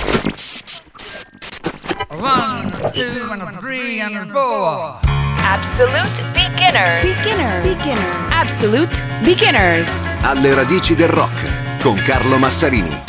1, 2, and 3, and 4. Absolute beginners. Absolute beginners. Alle radici del rock con Carlo Massarini.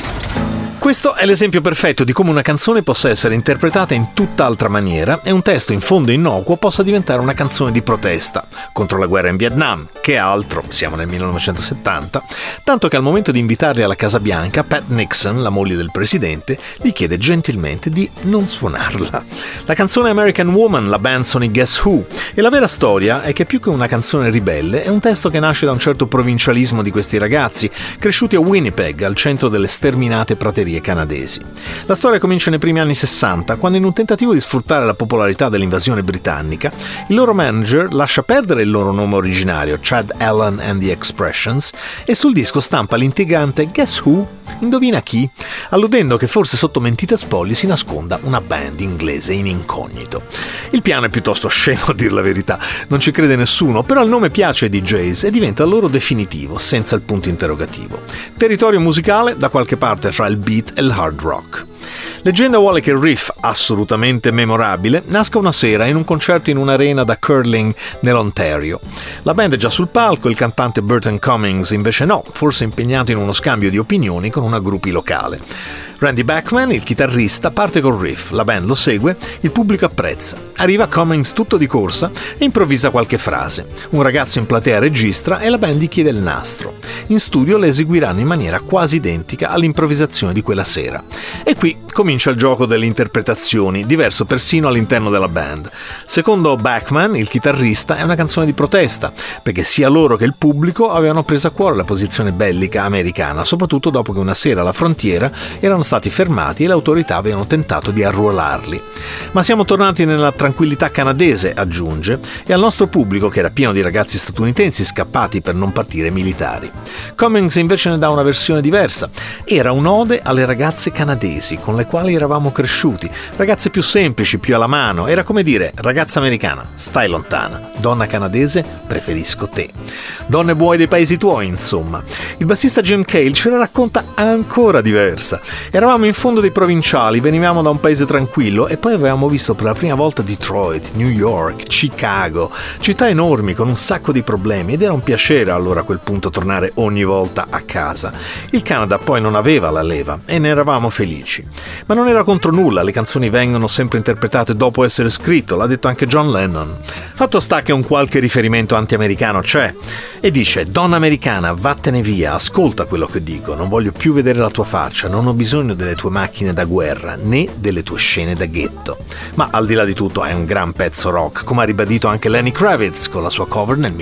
Questo è l'esempio perfetto di come una canzone possa essere interpretata in tutt'altra maniera e un testo in fondo innocuo possa diventare una canzone di protesta contro la guerra in Vietnam, che altro, siamo nel 1970, tanto che al momento di invitarli alla Casa Bianca, Pat Nixon, la moglie del presidente, gli chiede gentilmente di non suonarla. La canzone American Woman, la band sono i Guess Who, e la vera storia è che più che una canzone ribelle è un testo che nasce da un certo provincialismo di questi ragazzi, cresciuti a Winnipeg, al centro delle sterminate praterie canadesi. La storia comincia nei primi anni 60, quando in un tentativo di sfruttare la popolarità dell'invasione britannica, il loro manager lascia perdere il loro nome originario, Chad Allen and the Expressions, e sul disco stampa l'intrigante Guess Who? Indovina chi? Alludendo che forse sotto mentite spoglie si nasconda una band inglese in incognito. Il piano è piuttosto scemo, a dir la verità, non ci crede nessuno, però il nome piace ai DJs e diventa loro definitivo, senza il punto interrogativo. Territorio musicale da qualche parte fra il beat e il hard rock. Leggenda vuole che il riff, assolutamente memorabile, nasca una sera in un concerto in un'arena da curling nell'Ontario. La band è già sul palco, il cantante Burton Cummings invece no, forse impegnato in uno scambio di opinioni con una groupie locale. Randy Bachman, il chitarrista, parte col riff, la band lo segue, il pubblico apprezza. Arriva Cummings tutto di corsa e improvvisa qualche frase. Un ragazzo in platea registra e la band gli chiede il nastro. In studio le eseguiranno in maniera quasi identica all'improvvisazione di quella sera. E qui comincia il gioco delle interpretazioni, diverso persino all'interno della band. Secondo Bachman, il chitarrista, è una canzone di protesta, perché sia loro che il pubblico avevano preso a cuore la posizione bellica americana, soprattutto dopo che una sera alla frontiera erano stati fermati e le autorità avevano tentato di arruolarli. Ma siamo tornati nella tranquillità canadese, aggiunge, e al nostro pubblico, che era pieno di ragazzi statunitensi scappati per non partire militari. Cummings invece ne dà una versione diversa. Era un'ode alle ragazze canadesi con le quali eravamo cresciuti, ragazze più semplici, più alla mano. Era come dire: ragazza americana, stai lontana, donna canadese, preferisco te. Donne buoi dei paesi tuoi, insomma. Il bassista Jim Cale ce la racconta ancora diversa. Eravamo in fondo dei provinciali, venivamo da un paese tranquillo e poi avevamo visto per la prima volta Detroit, New York, Chicago, città enormi con un sacco di problemi, ed era un piacere allora a quel punto tornare ogni volta a casa. Il Canada poi non aveva la leva e ne eravamo felici. Ma non era contro nulla, le canzoni vengono sempre interpretate dopo essere scritto, l'ha detto anche John Lennon. Fatto sta che un qualche riferimento anti-americano c'è, e dice: donna americana, vattene via, ascolta quello che dico, non voglio più vedere la tua faccia, non ho bisogno delle tue macchine da guerra né delle tue scene da ghetto. Ma al di là di tutto è un gran pezzo rock, come ha ribadito anche Lenny Kravitz con la sua cover nel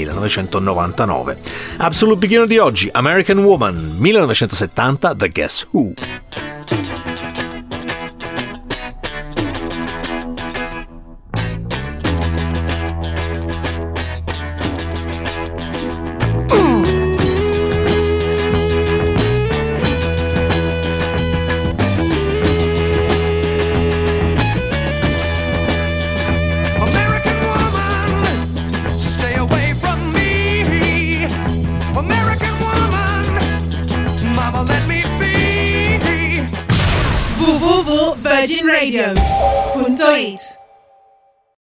1999. Absolute Beginner di oggi, American Woman, 1970, The Guess Who. www.virginradio.it